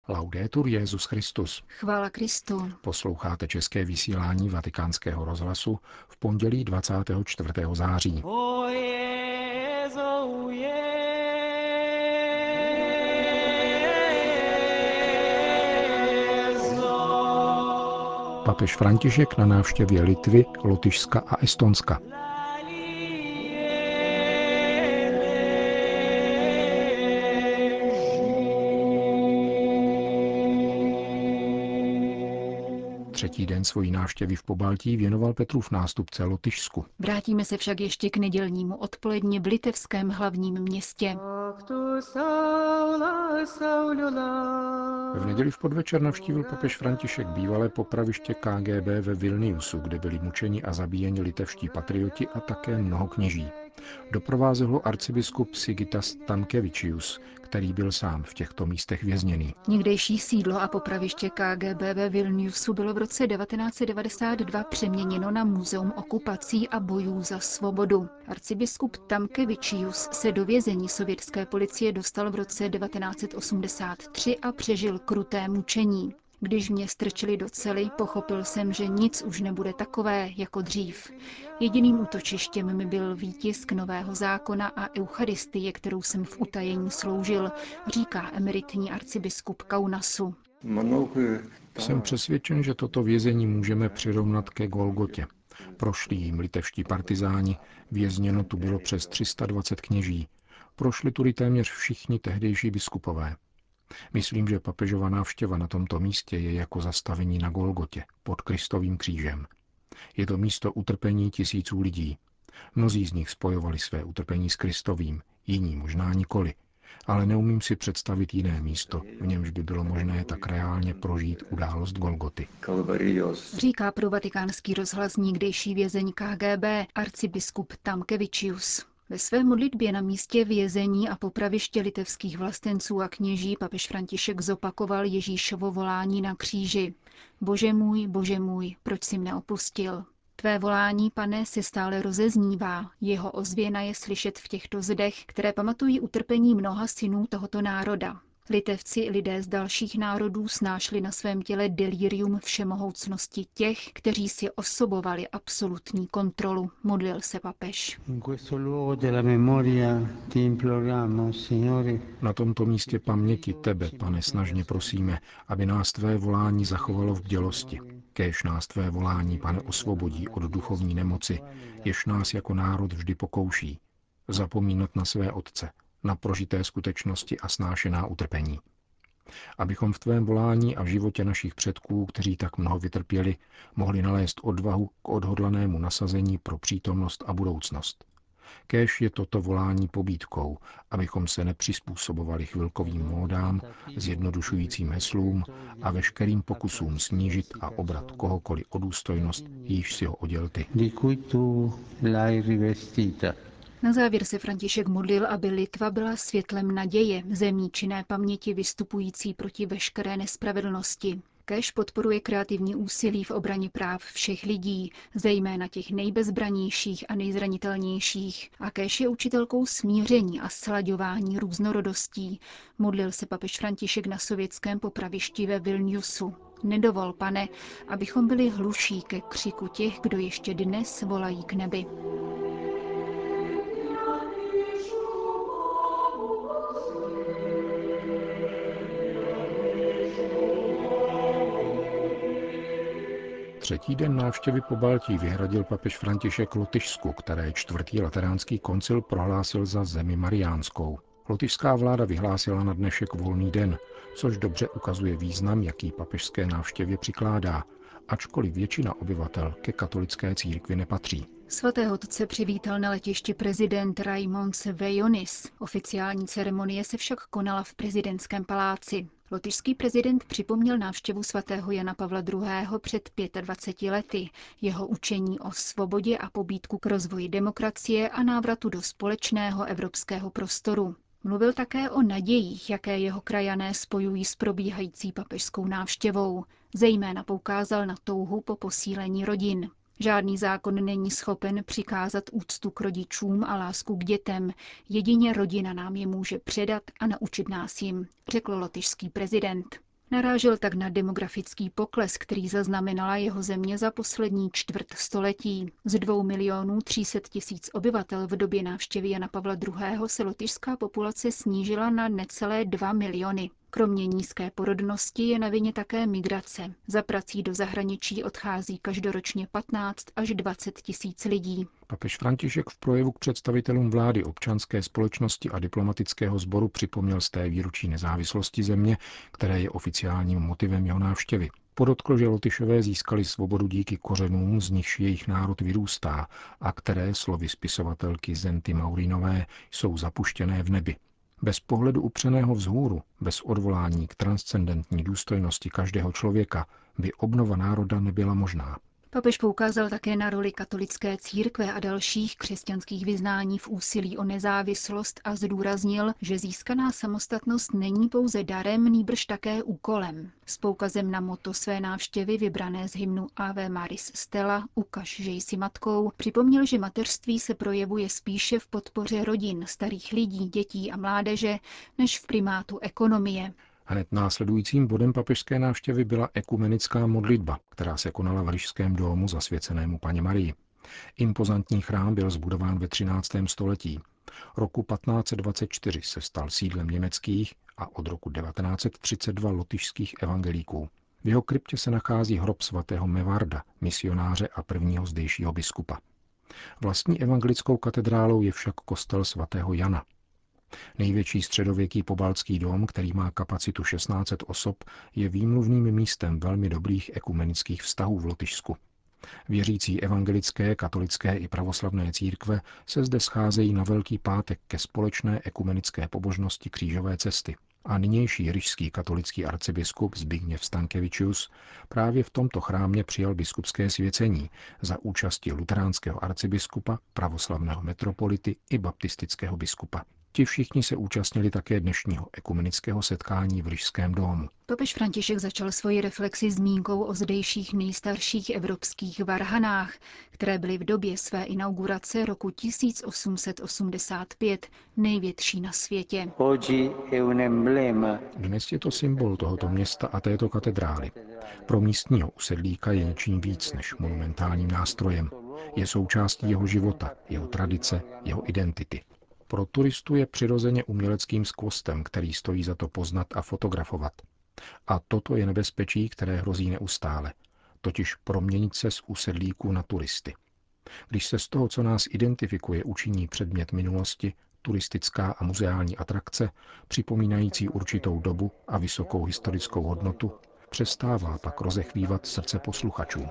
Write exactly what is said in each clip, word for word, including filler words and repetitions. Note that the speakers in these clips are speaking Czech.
Laudetur Jesus Christus. Chvála Kristu. Posloucháte české vysílání Vatikánského rozhlasu v pondělí dvacátého čtvrtého září. Papež František na návštěvě Litvy, Lotyšska a Estonska. Třetí den svojí návštěvy v Pobaltí věnoval Petrův nástupce Lotyšsku. Vrátíme se však ještě k nedělnímu odpoledni v litevském hlavním městě. V neděli v podvečer navštívil papež František bývalé popraviště K G B ve Vilniusu, kde byli mučeni a zabíjeni litevští patrioti a také mnoho kněží. Doprovázel ho arcibiskup Sigitas Tamkevičius, který byl sám v těchto místech vězněný. Někdejší sídlo a popraviště K G B ve Vilniusu bylo v roce devatenáct set devadesát dva přeměněno na muzeum okupací a bojů za svobodu. Arcibiskup Tamkevičius se do vězení sovětské policie dostal v roce devatenáct set osmdesát tři a přežil kruté mučení. Když mě strčili do cely, pochopil jsem, že nic už nebude takové jako dřív. Jediným útočištěm mi byl výtisk Nového zákona a eucharistie, kterou jsem v utajení sloužil, říká emeritní arcibiskup Kaunasu. Jsem přesvědčen, že toto vězení můžeme přirovnat ke Golgotě. Prošli jím litevští partizáni, vězněno tu bylo přes tři sta dvacet kněží. Prošli tudy téměř všichni tehdejší biskupové. Myslím, že papežova návštěva na tomto místě je jako zastavení na Golgotě, pod Kristovým křížem. Je to místo utrpení tisíců lidí. Mnozí z nich spojovali své utrpení s Kristovým, jiní možná nikoli, ale neumím si představit jiné místo, v němž by bylo možné tak reálně prožít událost Golgoty. Říká pro vatikánský rozhlas někdejší vězeň K G B arcibiskup Tamkevičius. Ve své modlitbě na místě vězení a popraviště litevských vlastenců a kněží papež František zopakoval Ježíšovo volání na kříži. Bože můj, Bože můj, proč jsi mne opustil? Tvé volání, Pane, se stále rozeznívá. Jeho ozvěna je slyšet v těchto zdech, které pamatují utrpení mnoha synů tohoto národa. Litevci, lidé z dalších národů, snášli na svém těle delirium všemohoucnosti těch, kteří si osobovali absolutní kontrolu, modlil se papež. Na tomto místě paměti tebe, Pane, snažně prosíme, aby nás tvé volání zachovalo v bdělosti. Kéž nás tvé volání, Pane, osvobodí od duchovní nemoci, jež nás jako národ vždy pokouší. Zapomínat na své otce, na prožité skutečnosti a snášená utrpení. Abychom v tvém volání a v životě našich předků, kteří tak mnoho vytrpěli, mohli nalézt odvahu k odhodlanému nasazení pro přítomnost a budoucnost. Kéž je toto volání pobídkou, abychom se nepřizpůsobovali chvilkovým módám, zjednodušujícím heslům a veškerým pokusům snížit a obrat kohokoliv o důstojnost, již si ho oděl ty. Na závěr se František modlil, aby Litva byla světlem naděje, zemí činné paměti vystupující proti veškeré nespravedlnosti. Kéž podporuje kreativní úsilí v obraně práv všech lidí, zejména těch nejbezbranějších a nejzranitelnějších, a kéž je učitelkou smíření a slaďování různorodostí, modlil se papež František na sovětském popravišti ve Vilniusu. Nedovol, Pane, abychom byli hluší ke křiku těch, kdo ještě dnes volají k nebi. Třetí den návštěvy Pobaltí vyhradil papež František Lotyšsku, které čtvrtý lateránský koncil prohlásil za zemi mariánskou. Lotyšská vláda vyhlásila na dnešek volný den, což dobře ukazuje význam, jaký papežské návštěvě přikládá, ačkoliv většina obyvatel ke katolické církvi nepatří. Svatého otce přivítal na letišti prezident Raimonds Vejonis. Oficiální ceremonie se však konala v prezidentském paláci. Lotyšský prezident připomněl návštěvu svatého Jana Pavla druhého. před dvaceti pěti lety, jeho učení o svobodě a pobídku k rozvoji demokracie a návratu do společného evropského prostoru. Mluvil také o nadějích, jaké jeho krajané spojují s probíhající papežskou návštěvou. Zejména poukázal na touhu po posílení rodin. Žádný zákon není schopen přikázat úctu k rodičům a lásku k dětem. Jedině rodina nám je může předat a naučit nás jim, řekl lotyšský prezident. Narážel tak na demografický pokles, který zaznamenala jeho země za poslední čtvrt století. Z dvou milionů tří set tisíc obyvatel v době návštěvy Jana Pavla druhého. se lotyšská populace snížila na necelé dva miliony. Kromě nízké porodnosti je na vině také migrace. Za prací do zahraničí odchází každoročně patnáct až dvacet tisíc lidí. Papež František v projevu k představitelům vlády, občanské společnosti a diplomatického sboru připomněl z té výročí nezávislosti země, které je oficiálním motivem jeho návštěvy. Podotkl, že Lotyšové získali svobodu díky kořenům, z nichž jejich národ vyrůstá a které, slovy spisovatelky Zenty Maurinové, jsou zapuštěné v nebi. Bez pohledu upřeného vzhůru, bez odvolání k transcendentní důstojnosti každého člověka by obnova národa nebyla možná. Papež poukázal také na roli katolické církve a dalších křesťanských vyznání v úsilí o nezávislost a zdůraznil, že získaná samostatnost není pouze darem, nýbrž také úkolem. S poukazem na motto své návštěvy vybrané z hymnu Ave Maris Stella, ukaž, že jsi matkou, připomněl, že mateřství se projevuje spíše v podpoře rodin, starých lidí, dětí a mládeže, než v primátu ekonomie. Hned následujícím bodem papežské návštěvy byla ekumenická modlitba, která se konala v Rišském domu zasvěcenému Panně Marii. Impozantní chrám byl zbudován ve třináctém století. Roku patnáct set dvacet čtyři se stal sídlem německých a od roku devatenáct set třicet dva lotyšských evangelíků. V jeho kryptě se nachází hrob svatého Mevarda, misionáře a prvního zdejšího biskupa. Vlastní evangelickou katedrálou je však kostel svatého Jana. Největší středověký pobaltský dom, který má kapacitu šestnáct set osob, je výmluvným místem velmi dobrých ekumenických vztahů v Lotyšsku. Věřící evangelické, katolické i pravoslavné církve se zde scházejí na Velký pátek ke společné ekumenické pobožnosti křížové cesty. A nynější ryšský katolický arcibiskup Zbigněv Stankevičius právě v tomto chrámě přijal biskupské svěcení za účasti luteránského arcibiskupa, pravoslavného metropolity i baptistického biskupa. Ti všichni se účastnili také dnešního ekumenického setkání v Rišském domu. Papež František začal svoji reflexi zmínkou o zdejších nejstarších evropských varhanách, které byly v době své inaugurace roku tisíc osm set osmdesát pět největší na světě. Dnes je to symbol tohoto města a této katedrály. Pro místního usedlíka je ničím víc než monumentálním nástrojem. Je součástí jeho života, jeho tradice, jeho identity. Pro turistu je přirozeně uměleckým skvostem, který stojí za to poznat a fotografovat. A toto je nebezpečí, které hrozí neustále, totiž proměnit se z usedlíků na turisty. Když se z toho, co nás identifikuje, učiní předmět minulosti, turistická a muzeální atrakce, připomínající určitou dobu a vysokou historickou hodnotu, přestává pak rozechvívat srdce posluchačů.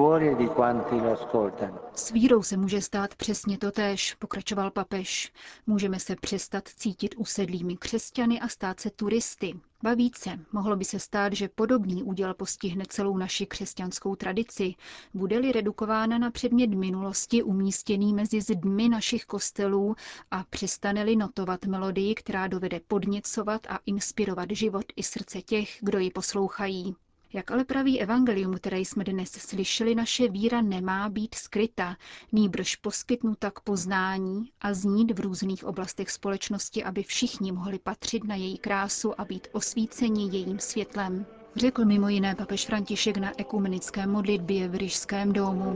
S vírou se může stát přesně totéž, pokračoval papež. Můžeme se přestat cítit usedlými křesťany a stát se turisty. Ba více, mohlo by se stát, že podobný úděl postihne celou naši křesťanskou tradici, bude-li redukována na předmět minulosti umístěný mezi zdmi našich kostelů a přestane-li notovat melodii, která dovede podněcovat a inspirovat život i srdce těch, kdo ji poslouchají. Jak ale praví evangelium, které jsme dnes slyšeli, naše víra nemá být skryta, nýbrž poskytnuta k poznání a znít v různých oblastech společnosti, aby všichni mohli patřit na její krásu a být osvíceni jejím světlem, řekl mimo jiné papež František na ekumenické modlitbě v Rišském domu.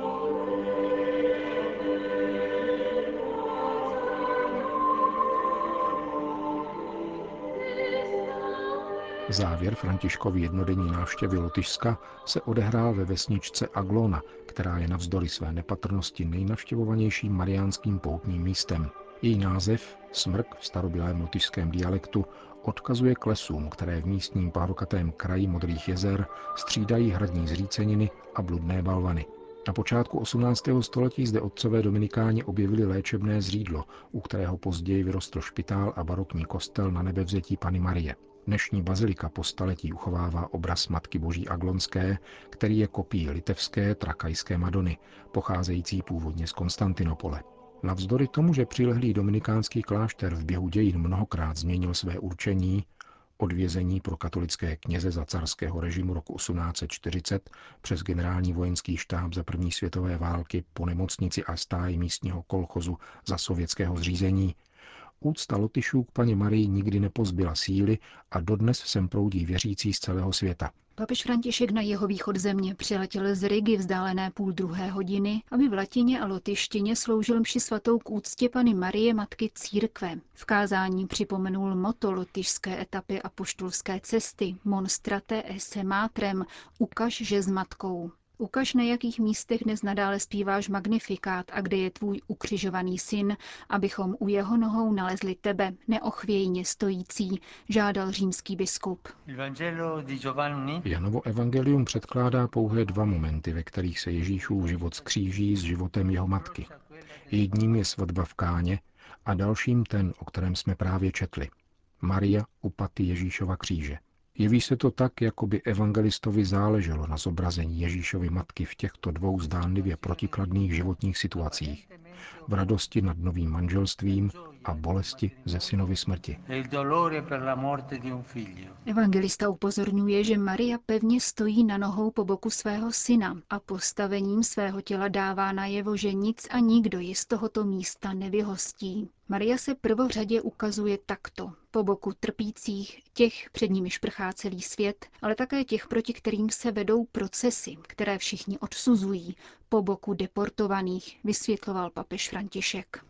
Závěr Františkovy jednodenní návštěvy Lotyšska se odehrál ve vesničce Aglona, která je navzdory své nepatrnosti nejnavštěvovanějším mariánským poutním místem. Její název, smrk v starobylém lotyšském dialektu, odkazuje k lesům, které v místním párokatém kraji Modrých jezer střídají hradní zříceniny a bludné balvany. Na počátku osmnáctého století zde otcové dominikáni objevili léčebné zřídlo, u kterého později vyrostl špitál a barokní kostel Na Nebevzetí Panny Marie. Dnešní bazilika po staletí uchovává obraz Matky Boží Aglonské, který je kopií litevské trakajské Madony, pocházející původně z Konstantinopole. Navzdory tomu, že přilehlý dominikánský klášter v běhu dějin mnohokrát změnil své určení, od vězení pro katolické kněze za carského režimu roku osmnáct set čtyřicet přes generální vojenský štáb za první světové války po nemocnici a stáji místního kolchozu za sovětského zřízení, Úcta Lotyšů k Panně Marii nikdy nepozbyla síly a dodnes sem proudí věřící z celého světa. Papež František na jihovýchod země přiletěl z Rigy vzdálené půl druhé hodiny, aby v latině a lotyštině sloužil mši svatou k úctě Panny Marie, matky církve. V kázání připomenul motto lotyšské etapy apoštolské cesty Monstrate esse matrem, ukaž, že s matkou. Ukaž, na jakých místech dnes nadále zpíváš magnifikát a kde je tvůj ukřižovaný syn, abychom u jeho nohou nalezli tebe, neochvějně stojící, žádal římský biskup. Janovo evangelium předkládá pouhé dva momenty, ve kterých se Ježíšův život skříží s životem jeho matky. Jedním je svatba v Káně a dalším ten, o kterém jsme právě četli. Maria u paty Ježíšova kříže. Jeví se to tak, jako by evangelistovi záleželo na zobrazení Ježíšovy matky v těchto dvou zdánlivě protikladných životních situacích. V radosti nad novým manželstvím a bolesti ze synovy smrti. Evangelista upozorňuje, že Maria pevně stojí na nohou po boku svého syna a postavením svého těla dává najevo, že nic a nikdo ji z tohoto místa nevyhostí. Maria se prvořadě ukazuje takto, po boku trpících, těch, před nimi šprchá celý svět, ale také těch, proti kterým se vedou procesy, které všichni odsuzují, po boku deportovaných, vysvětloval papež František.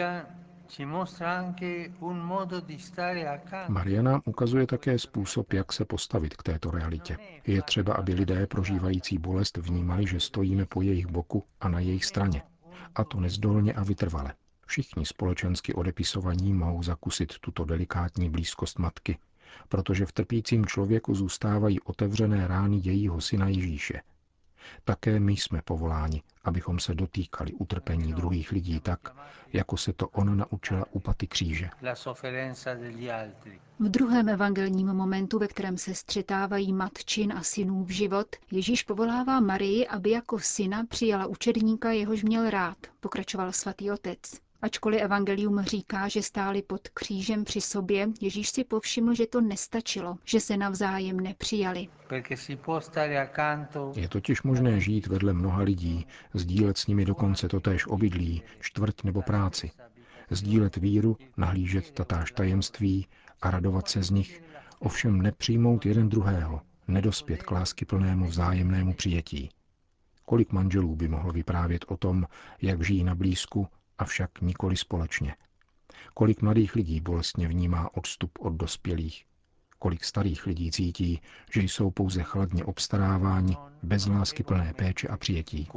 Maria nám ukazuje také způsob, jak se postavit k této realitě. Je třeba, aby lidé prožívající bolest vnímali, že stojíme po jejich boku a na jejich straně. A to nezdolně a vytrvale. Všichni společensky odepisovaní mohou zakusit tuto delikátní blízkost matky, protože v trpícím člověku zůstávají otevřené rány jejího syna Ježíše. Také my jsme povoláni, abychom se dotýkali utrpení druhých lidí tak, jako se to ona naučila u paty kříže. V druhém evangelním momentu, ve kterém se střetávají matčin a synův život, Ježíš povolává Marii, aby jako syna přijala učedníka, jehož měl rád, pokračoval svatý otec. Ačkoliv evangelium říká, že stáli pod křížem při sobě, Ježíš si povšiml, že to nestačilo, že se navzájem nepřijali. Je totiž možné žít vedle mnoha lidí, sdílet s nimi dokonce totéž obydlí, čtvrť nebo práci. Sdílet víru, nahlížet tatáž tajemství a radovat se z nich, ovšem nepřijmout jeden druhého, nedospět k láskyplnému vzájemnému přijetí. Kolik manželů by mohlo vyprávět o tom, jak žijí na blízku, avšak nikoli společně. Kolik mladých lidí bolestně vnímá odstup od dospělých. Kolik starých lidí cítí, že jsou pouze chladně obstaráváni, bez láskyplné péče a přijetí.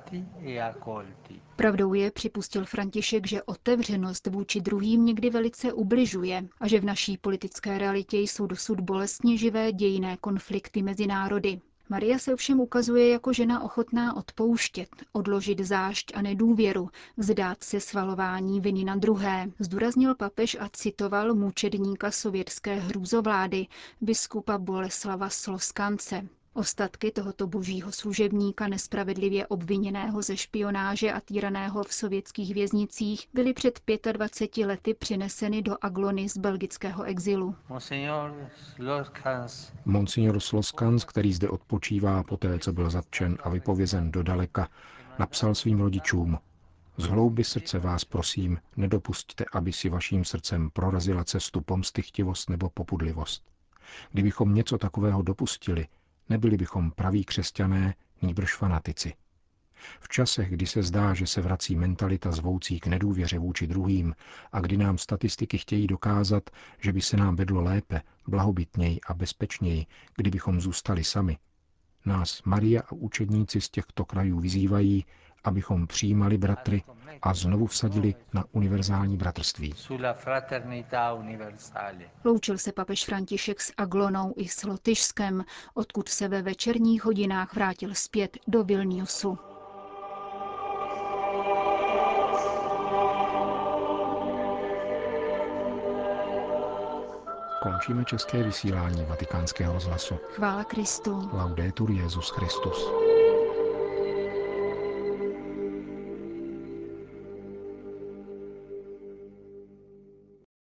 Pravdou je, připustil František, že otevřenost vůči druhým někdy velice ubližuje a že v naší politické realitě jsou dosud bolestně živé dějinné konflikty mezi národy. Maria se ovšem ukazuje jako žena ochotná odpouštět, odložit zášť a nedůvěru, vzdát se svalování viny na druhé, zdůraznil papež a citoval mučedníka sovětské hrůzovlády, biskupa Boleslava Sloskance. Ostatky tohoto božího služebníka, nespravedlivě obviněného ze špionáže a týraného v sovětských věznicích, byly před dvaceti pěti lety přineseny do Aglony z belgického exilu. Monsignor Sloskans, který zde odpočívá poté, co byl zatčen a vypovězen do daleka, napsal svým rodičům: Z hloubi srdce vás prosím, nedopusťte, aby si vaším srdcem prorazila cestu pomstychtivost nebo popudlivost. Kdybychom něco takového dopustili, nebyli bychom praví křesťané, nýbrž fanatici. V časech, kdy se zdá, že se vrací mentalita zvoucí k nedůvěře vůči druhým a kdy nám statistiky chtějí dokázat, že by se nám vedlo lépe, blahobytněji a bezpečněji, kdybychom zůstali sami, nás Maria a učedníci z těchto krajů vyzývají, abychom přijímali bratry a znovu vsadili na univerzální bratrství. Loučil se papež František s Aglonou i s Lotyšskem, odkud se ve večerních hodinách vrátil zpět do Vilniusu. Končíme české vysílání Vatikánského rozhlasu. Chvála Kristu. Laudetur Jesus Christus.